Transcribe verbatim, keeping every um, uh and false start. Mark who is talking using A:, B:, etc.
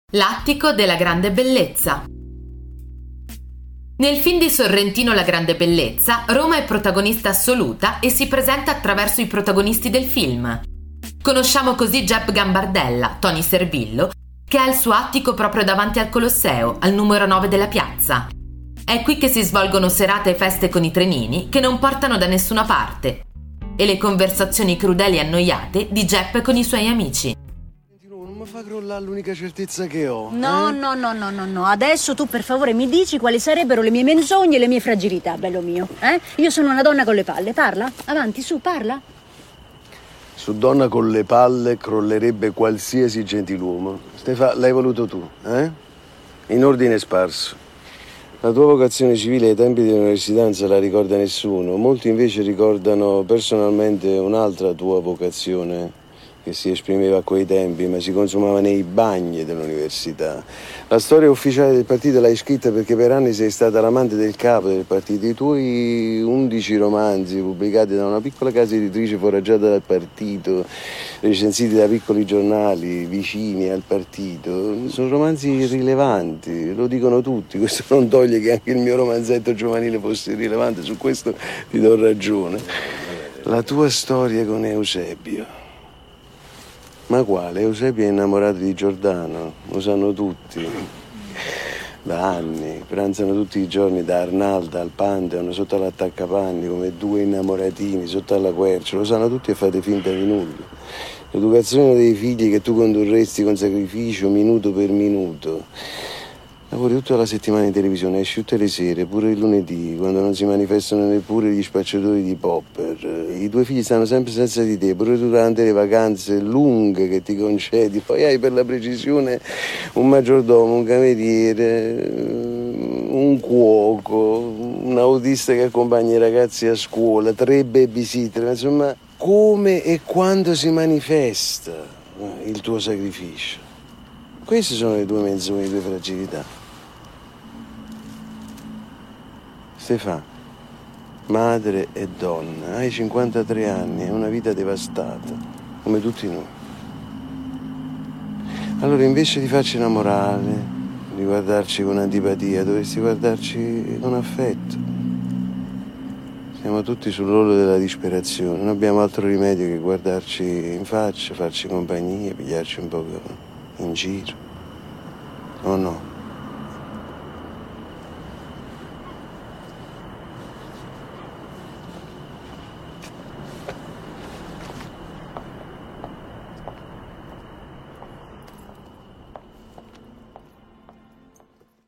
A: L'attico della grande bellezza. Nel film di Sorrentino La grande bellezza, Roma è protagonista assoluta e si presenta attraverso i protagonisti del film. Conosciamo così Gep Gambardella, Tony Servillo, che ha il suo attico proprio davanti al Colosseo, al numero nove della piazza. È qui che si svolgono serate e feste con i trenini che non portano da nessuna parte e le conversazioni crudeli e annoiate di Gep con i suoi amici.
B: Non mi fa crollare l'unica certezza che ho.
C: No,
B: eh?
C: no, no, no, no, no. Adesso tu per favore mi dici quali sarebbero le mie menzogne e le mie fragilità, bello mio. Eh? Io sono una donna con le palle. Parla? Avanti, su, parla.
B: Su donna con le palle crollerebbe qualsiasi gentiluomo. Stefa, l'hai voluto tu, eh? In ordine sparso. La tua vocazione civile ai tempi dell'università non se la ricorda nessuno. Molti invece ricordano personalmente un'altra tua vocazione che si esprimeva a quei tempi, ma si consumava nei bagni dell'università. La storia ufficiale del partito l'hai scritta perché per anni sei stata l'amante del capo del partito. I tuoi undici romanzi, pubblicati da una piccola casa editrice foraggiata dal partito, recensiti da piccoli giornali vicini al partito, sono romanzi rilevanti, lo dicono tutti. Questo non toglie che anche il mio romanzetto giovanile fosse rilevante, su questo ti do ragione. La tua storia con Eusebio. Ma quale? Eusebio è innamorato di Giordano, lo sanno tutti, da anni, pranzano tutti i giorni da Arnalda al Pantheon, sotto all'attaccapanni, come due innamoratini, sotto alla quercia, lo sanno tutti e fate finta di nulla. L'educazione dei figli che tu condurresti con sacrificio minuto per minuto. Lavori tutta la settimana in televisione, esci tutte le sere, pure il lunedì, quando non si manifestano neppure gli spacciatori di popper. I tuoi figli stanno sempre senza di te, pure durante le vacanze lunghe che ti concedi. Poi hai per la precisione un maggiordomo, un cameriere, un cuoco, un autista che accompagna i ragazzi a scuola, tre babysitter. Insomma, come e quando si manifesta il tuo sacrificio? Queste sono le tue menzogne, le tue fragilità. Stefano, madre e donna, hai cinquantatré anni, è una vita devastata, come tutti noi. Allora invece di farci innamorare, di guardarci con antipatia, dovresti guardarci con affetto. Siamo tutti sull'orlo della disperazione, non abbiamo altro rimedio che guardarci in faccia, farci compagnia, pigliarci un po' in giro. O no?